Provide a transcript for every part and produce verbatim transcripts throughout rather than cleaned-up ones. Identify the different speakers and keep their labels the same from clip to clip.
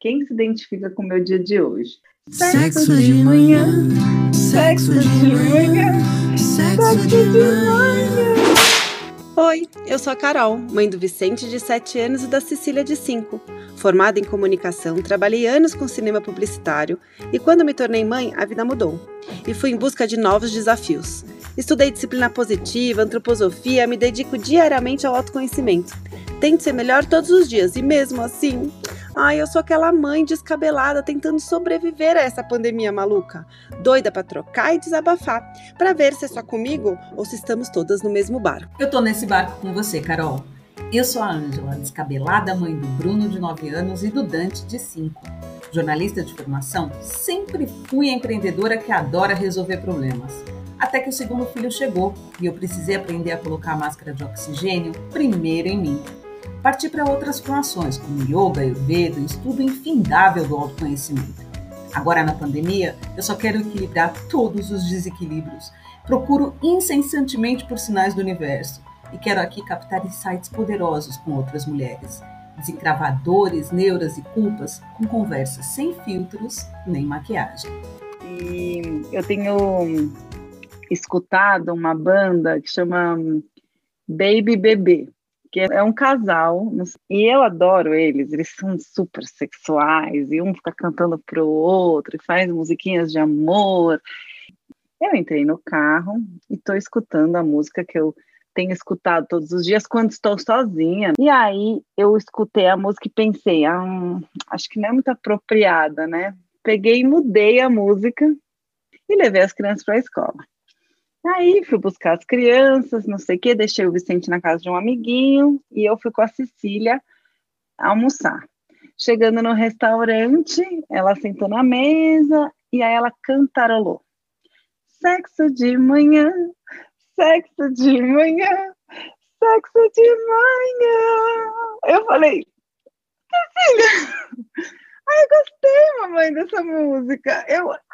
Speaker 1: quem se identifica com o meu dia de hoje.
Speaker 2: Sexo de manhã, sexo de manhã, sexo de manhã.
Speaker 3: Oi, eu sou a Carol, mãe do Vicente de sete anos e da Cecília de cinco. Formada em comunicação, trabalhei anos com cinema publicitário e quando me tornei mãe, a vida mudou. E fui em busca de novos desafios. Estudei disciplina positiva, antroposofia, me dedico diariamente ao autoconhecimento. Tento ser melhor todos os dias e mesmo assim... Ai, eu sou aquela mãe descabelada tentando sobreviver a essa pandemia maluca. Doida pra trocar e desabafar, pra ver se é só comigo ou se estamos todas no mesmo barco.
Speaker 4: Eu tô nesse barco com você, Carol. Eu sou a Ângela, descabelada, mãe do Bruno, de nove anos, e do Dante, de cinco. Jornalista de formação, sempre fui a empreendedora que adora resolver problemas. Até que o segundo filho chegou e eu precisei aprender a colocar a máscara de oxigênio primeiro em mim. Parti para outras formações, como yoga, ayurveda, estudo infindável do autoconhecimento. Agora, na pandemia, eu só quero equilibrar todos os desequilíbrios. Procuro incessantemente por sinais do universo e quero aqui captar insights poderosos com outras mulheres. Desencravar dores, neuras e culpas com conversas sem filtros nem maquiagem.
Speaker 1: E eu tenho escutado uma banda que chama Baby Bebê, que é um casal, e eu adoro eles, eles são super sexuais, e um fica cantando pro outro, e faz musiquinhas de amor. Eu entrei no carro e estou escutando a música que eu tenho escutado todos os dias quando estou sozinha. E aí eu escutei a música e pensei, ah, acho que não é muito apropriada, né? Peguei e mudei a música e levei as crianças para a escola. Aí fui buscar as crianças, não sei o quê, deixei o Vicente na casa de um amiguinho e eu fui com a Cecília almoçar. Chegando no restaurante, ela sentou na mesa e aí ela cantarolou. Sexo de manhã, sexo de manhã, sexo de manhã. Eu falei, Cecília, ai, gostei, mamãe, dessa música. Eu, ah!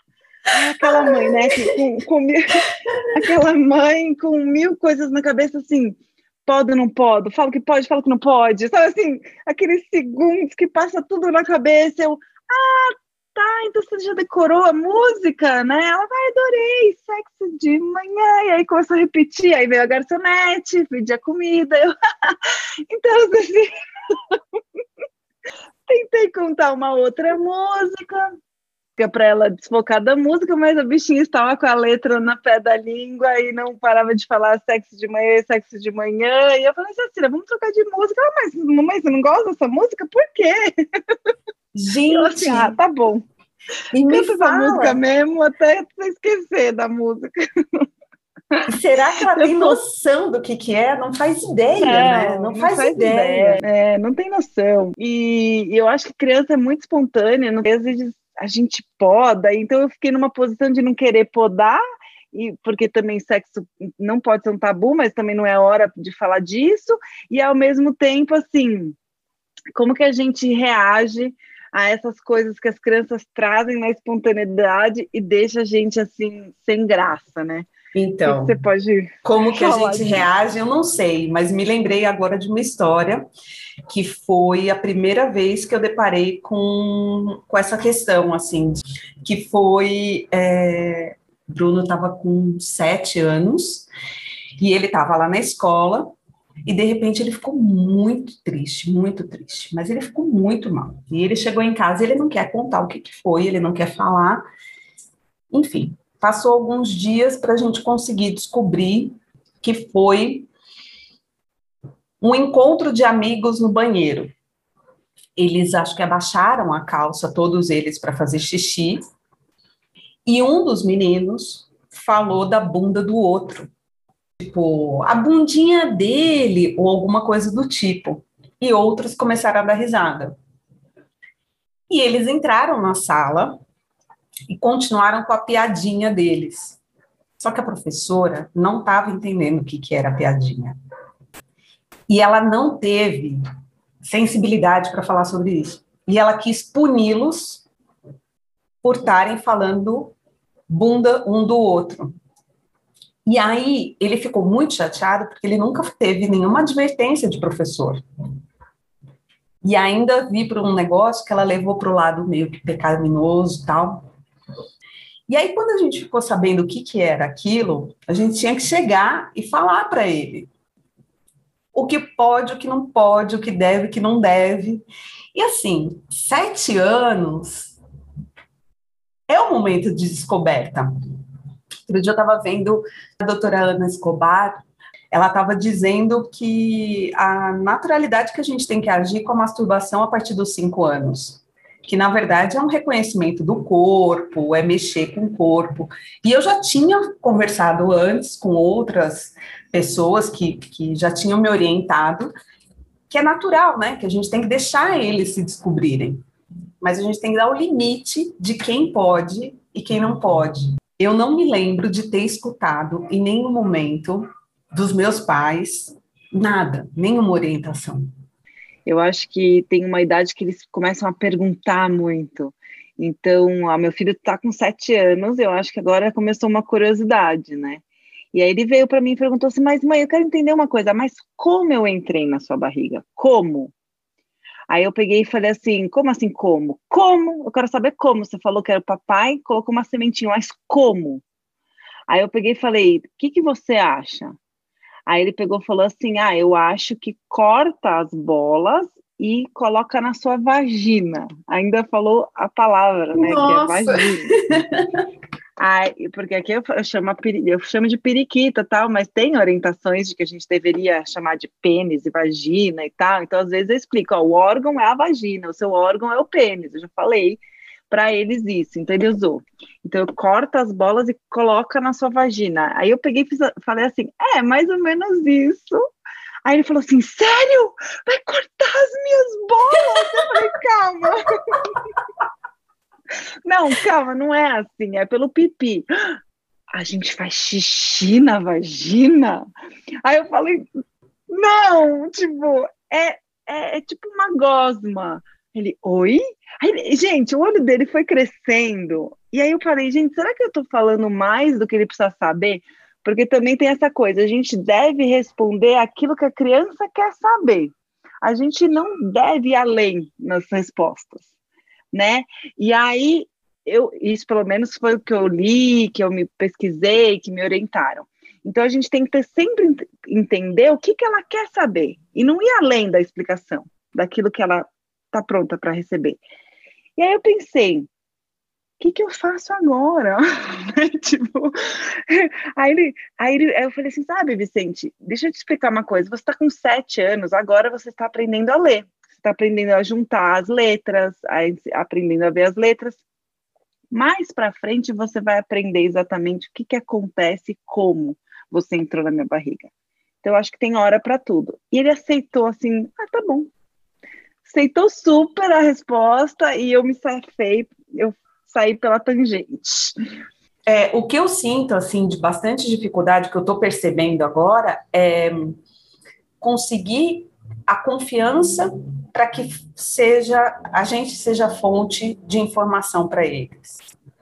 Speaker 1: É aquela mãe, né, que com, com mil, aquela mãe com mil coisas na cabeça, assim, pode ou não pode, fala que pode, fala que não pode, sabe assim, aqueles segundos que passa tudo na cabeça, eu, ah, tá, então você já decorou a música, né, ela vai, adorei, sexo de manhã, e aí começou a repetir, aí veio a garçonete, pedir a comida, eu, então, assim, tentei contar uma outra música, para ela desfocar da música, mas a bichinha estava com a letra na pé da língua e não parava de falar sexo de manhã, sexo de manhã, e eu falei, Cecília, vamos trocar de música. Ela, mas mamãe, você não gosta dessa música? Por quê?
Speaker 2: Gente!
Speaker 1: Eu assim, ah, tá bom.
Speaker 2: E me
Speaker 1: canta
Speaker 2: fala...
Speaker 1: essa música mesmo até você esquecer da música.
Speaker 2: E será que ela tem noção do que que é? Não faz ideia, não, né? Não,
Speaker 1: não
Speaker 2: faz,
Speaker 1: faz
Speaker 2: ideia.
Speaker 1: ideia. É, não tem noção. E eu acho que criança é muito espontânea, às vezes a gente poda, então eu fiquei numa posição de não querer podar, e, porque também sexo não pode ser um tabu, mas também não é hora de falar disso, e ao mesmo tempo, assim, como que a gente reage a essas coisas que as crianças trazem na espontaneidade e deixa a gente, assim, sem graça, né?
Speaker 2: Então,
Speaker 1: que que você pode
Speaker 2: como que a gente
Speaker 1: disso?
Speaker 2: reage, eu não sei, mas me lembrei agora de uma história que foi a primeira vez que eu deparei com, com essa questão, assim, que foi, é, Bruno estava com sete anos e ele estava lá na escola e de repente ele ficou muito triste, muito triste, mas ele ficou muito mal. E ele chegou em casa e ele não quer contar o que, que foi, ele não quer falar, enfim. Passou alguns dias para a gente conseguir descobrir que foi um encontro de amigos no banheiro. Eles, acho que abaixaram a calça, todos eles, para fazer xixi, e um dos meninos falou da bunda do outro. Tipo, a bundinha dele, ou alguma coisa do tipo. E outros começaram a dar risada. E eles entraram na sala e continuaram com a piadinha deles. Só que a professora não estava entendendo o que, que era a piadinha. E ela não teve sensibilidade para falar sobre isso. E ela quis puni-los por estarem falando bunda um do outro. E aí ele ficou muito chateado porque ele nunca teve nenhuma advertência de professor. E ainda vi por um negócio que ela levou para o lado meio que pecaminoso e tal. E aí, quando a gente ficou sabendo o que, que era aquilo, a gente tinha que chegar e falar para ele o que pode, o que não pode, o que deve, o que não deve. E assim, sete anos é um momento de descoberta. Outro dia eu estava vendo a doutora Ana Escobar, ela estava dizendo que a naturalidade que a gente tem que agir com a masturbação a partir dos cinco anos, que na verdade é um reconhecimento do corpo, é mexer com o corpo. E eu já tinha conversado antes com outras pessoas que, que já tinham me orientado, que é natural, né? Que a gente tem que deixar eles se descobrirem. Mas a gente tem que dar o limite de quem pode e quem não pode. Eu não me lembro de ter escutado em nenhum momento dos meus pais nada, nenhuma orientação.
Speaker 1: Eu acho que tem uma idade que eles começam a perguntar muito. Então, ó, meu filho está com sete anos, eu acho que agora começou uma curiosidade, né? E aí ele veio para mim e perguntou assim, mas mãe, eu quero entender uma coisa, mas como eu entrei na sua barriga? Como? Aí eu peguei e falei assim, como assim como? Como? Eu quero saber como. Você falou que era o papai, colocou uma sementinha, mas como? Aí eu peguei e falei, o que, que você acha? Aí ele pegou e falou assim, ah, eu acho que corta as bolas e coloca na sua vagina. Ainda falou a palavra, né,
Speaker 2: Nossa.
Speaker 1: que é vagina. Aí, porque aqui eu, eu, chamo, eu chamo de periquita, tal, mas tem orientações de que a gente deveria chamar de pênis e vagina e tal, então às vezes eu explico, ó, o órgão é a vagina, o seu órgão é o pênis, eu já falei para eles isso, então ele usou. Então eu corto as bolas e coloca na sua vagina. Aí eu peguei e fiz, falei assim, é, mais ou menos isso. Aí ele falou assim, sério? Vai cortar as minhas bolas? Eu falei, calma. Não, calma, não é assim, é pelo pipi. A gente faz xixi na vagina? Aí eu falei, não, tipo, é, é, é tipo uma gosma. Ele, oi? Aí, ele- gente, o olho dele foi crescendo. E aí eu falei, gente, será que eu tô falando mais do que ele precisa saber? Porque também tem essa coisa, a gente deve responder aquilo que a criança quer saber. A gente não deve ir além nas respostas, né? E aí, eu, isso pelo menos foi o que eu li, que eu me pesquisei, que me orientaram. Então a gente tem que ter, sempre ent- entender o que, que ela quer saber e não ir além da explicação, daquilo que ela está pronta para receber. E aí eu pensei, o que, que eu faço agora? Tipo, aí, ele, aí ele, aí eu falei assim, sabe, Vicente, deixa eu te explicar uma coisa, você está com sete anos, agora você está aprendendo a ler, você está aprendendo a juntar as letras, aí, aprendendo a ver as letras, mais para frente você vai aprender exatamente o que, que acontece e como você entrou na minha barriga. Então, eu acho que tem hora para tudo. E ele aceitou assim, ah, tá bom. Aceitou super a resposta e eu me safei, eu saí pela tangente.
Speaker 2: É, o que eu sinto, assim, de bastante dificuldade, que eu estou percebendo agora, é conseguir a confiança para que seja, a gente seja fonte de informação para eles.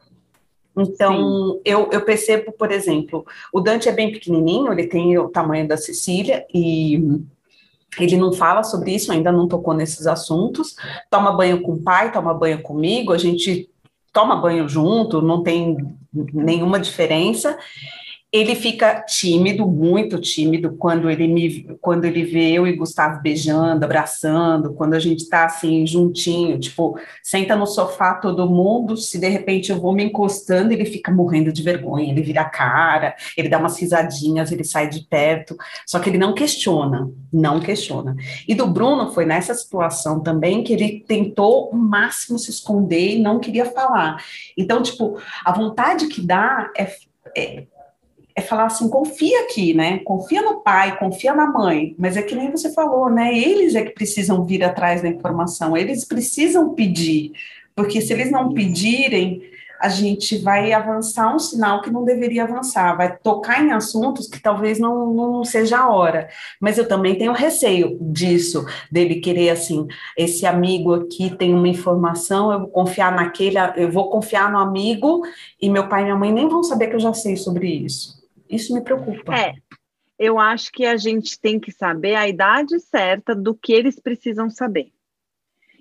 Speaker 2: Então, eu, eu percebo, por exemplo, o Dante é bem pequenininho, ele tem o tamanho da Cecília e ele não fala sobre isso, ainda não tocou nesses assuntos, toma banho com o pai, toma banho comigo, a gente toma banho junto, não tem nenhuma diferença. Ele fica tímido, muito tímido, quando ele, me, quando ele vê eu e Gustavo beijando, abraçando, quando a gente tá assim, juntinho, tipo, senta no sofá todo mundo, se de repente eu vou me encostando, ele fica morrendo de vergonha, ele vira a cara, ele dá umas risadinhas, ele sai de perto, só que ele não questiona, não questiona. E do Bruno foi nessa situação também que ele tentou o máximo se esconder e não queria falar. Então, tipo, a vontade que dá é, é é falar assim, confia aqui, né? Confia no pai, confia na mãe. Mas é que nem você falou, né? Eles é que precisam vir atrás da informação, eles precisam pedir, porque se eles não pedirem, a gente vai avançar um sinal que não deveria avançar, vai tocar em assuntos que talvez não, não seja a hora. Mas eu também tenho receio disso, dele querer assim, esse amigo aqui tem uma informação, eu vou confiar naquele, eu vou confiar no amigo e meu pai e minha mãe nem vão saber que eu já sei sobre isso. Isso me preocupa.
Speaker 1: É, eu acho que a gente tem que saber a idade certa do que eles precisam saber.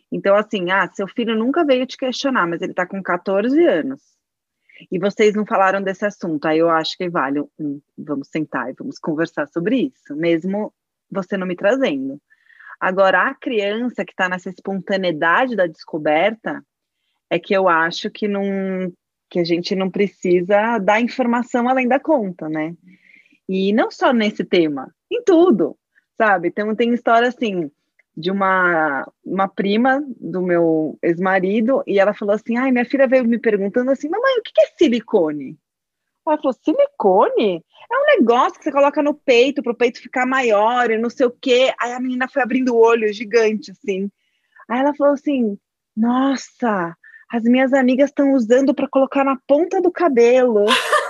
Speaker 1: Então, assim, ah, seu filho nunca veio te questionar, mas ele tá com catorze anos. E vocês não falaram desse assunto. Aí eu acho que vale, um, vamos sentar e vamos conversar sobre isso, mesmo você não me trazendo. Agora, a criança que está nessa espontaneidade da descoberta, é que eu acho que, não, que a gente não precisa dar informação além da conta, né? E não só nesse tema, em tudo, sabe? Então, tem história, assim, de uma, uma prima do meu ex-marido, e ela falou assim, ai, minha filha veio me perguntando assim, mamãe, o que é silicone? Ela falou, silicone? É um negócio que você coloca no peito, para o peito ficar maior, e não sei o quê. Aí a menina foi abrindo o olho, gigante, assim. Aí ela falou assim, nossa, as minhas amigas estão usando para colocar na ponta do cabelo.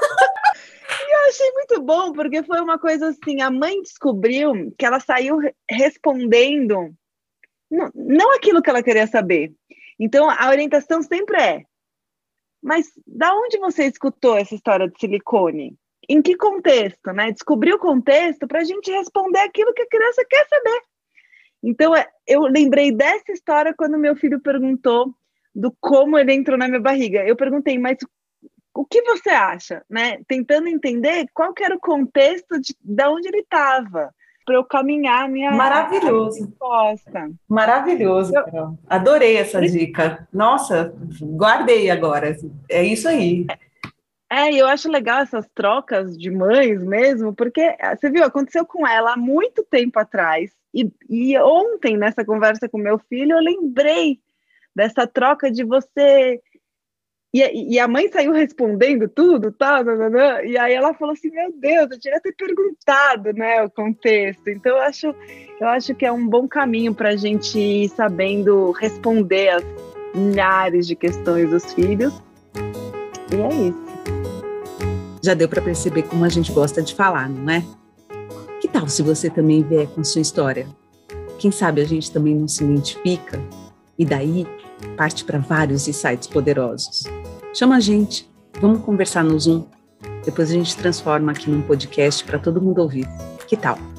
Speaker 1: Eu achei muito bom, porque foi uma coisa assim, a mãe descobriu que ela saiu respondendo não, não aquilo que ela queria saber. Então, a orientação sempre é, mas da onde você escutou essa história de silicone? Em que contexto, né? Descobrir o contexto para a gente responder aquilo que a criança quer saber. Então, eu lembrei dessa história quando meu filho perguntou do como ele entrou na minha barriga. Eu perguntei, mas o que você acha, né? Tentando entender qual que era o contexto de, de onde ele estava, para eu caminhar a minha,
Speaker 2: Maravilhoso.
Speaker 1: a minha resposta.
Speaker 2: Maravilhoso, Carol. Adorei essa dica. Nossa, guardei agora. É isso aí.
Speaker 1: É, e eu acho legal essas trocas de mães mesmo, porque você viu, aconteceu com ela há muito tempo atrás, e, e ontem, nessa conversa com meu filho, eu lembrei dessa troca de você... E, e a mãe saiu respondendo tudo, tá, tá, tá, tá, e aí ela falou assim, meu Deus, eu tinha que ter perguntado, né, o contexto. Então eu acho, eu acho que é um bom caminho para a gente ir sabendo responder as milhares de questões dos filhos. E é isso.
Speaker 4: Já deu para perceber como a gente gosta de falar, não é? Que tal se você também vier com sua história? Quem sabe a gente também não se identifica e daí parte para vários insights poderosos. Chama a gente, vamos conversar no Zoom. Depois a gente transforma aqui num podcast para todo mundo ouvir. Que tal?